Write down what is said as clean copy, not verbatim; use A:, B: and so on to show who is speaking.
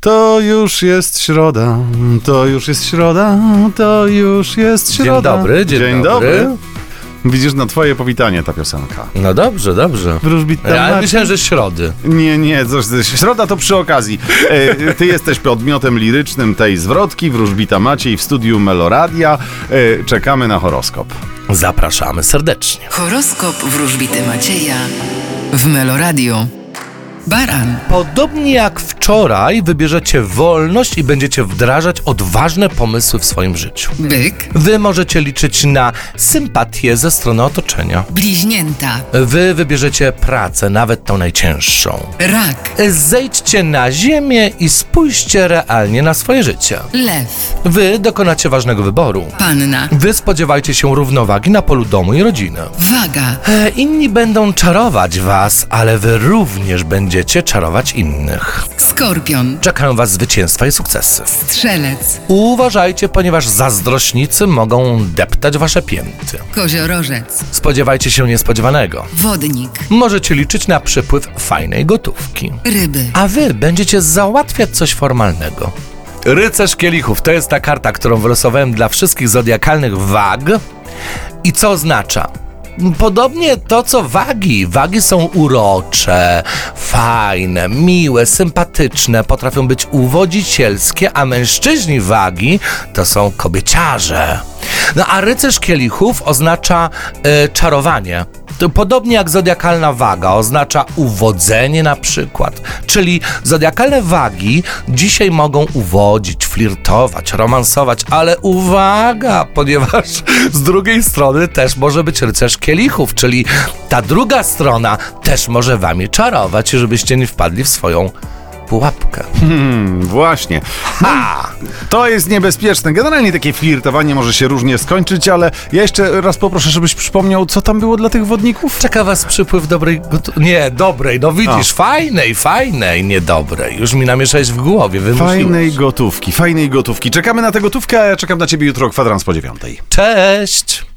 A: To już jest środa, to już jest środa, to już jest środa.
B: Dzień dobry.
A: Widzisz, na twoje powitanie ta piosenka.
B: No dobrze.
A: Wróżbita
B: Ja
A: Maciej.
B: myślałem, że środy.
A: Nie, środa to przy okazji. Ty jesteś podmiotem lirycznym tej zwrotki, wróżbita Maciej w studiu Meloradia. Czekamy na horoskop.
B: Zapraszamy serdecznie.
C: Horoskop wróżbity Macieja w Meloradio. Baran.
B: Podobnie jak wczoraj wybierzecie wolność i będziecie wdrażać odważne pomysły w swoim życiu.
C: Byk.
B: Wy możecie liczyć na sympatię ze strony otoczenia.
C: Bliźnięta.
B: Wy wybierzecie pracę, nawet tą najcięższą.
C: Rak.
B: Zejdźcie na ziemię i spójrzcie realnie na swoje życie.
C: Lew.
B: Wy dokonacie ważnego wyboru.
C: Panna.
B: Wy spodziewajcie się równowagi na polu domu i rodziny.
C: Waga.
B: Inni będą czarować was, ale wy również będziecie czarować innych.
C: Skorpion.
B: Czekają was zwycięstwa i sukcesy.
C: Strzelec.
B: Uważajcie, ponieważ zazdrośnicy mogą deptać wasze pięty.
C: Koziorożec.
B: Spodziewajcie się niespodziewanego.
C: Wodnik.
B: Możecie liczyć na przypływ fajnej gotówki.
C: Ryby.
B: A wy będziecie załatwiać coś formalnego. Rycerz kielichów to jest ta karta, którą wylosowałem dla wszystkich zodiakalnych wag. I co oznacza? Podobnie to, co wagi. Wagi są urocze, fajne, miłe, sympatyczne, potrafią być uwodzicielskie, a mężczyźni wagi to są kobieciarze. No a rycerz kielichów oznacza czarowanie. To podobnie jak zodiakalna waga oznacza uwodzenie na przykład. Czyli zodiakalne wagi dzisiaj mogą uwodzić, flirtować, romansować, ale uwaga, ponieważ z drugiej strony też może być rycerz kielichów, czyli ta druga strona też może wami czarować, żebyście nie wpadli w swoją pułapkę.
A: Właśnie. To jest niebezpieczne. Generalnie takie flirtowanie może się różnie skończyć, ale ja jeszcze raz poproszę, żebyś przypomniał, co tam było dla tych wodników?
B: Czeka was przypływ dobrej dobrej, no widzisz, fajnej, nie dobrej. Już mi namieszałeś w głowie,
A: Fajnej gotówki. Czekamy na tę gotówkę, a ja czekam na ciebie jutro o 9:15.
B: Cześć!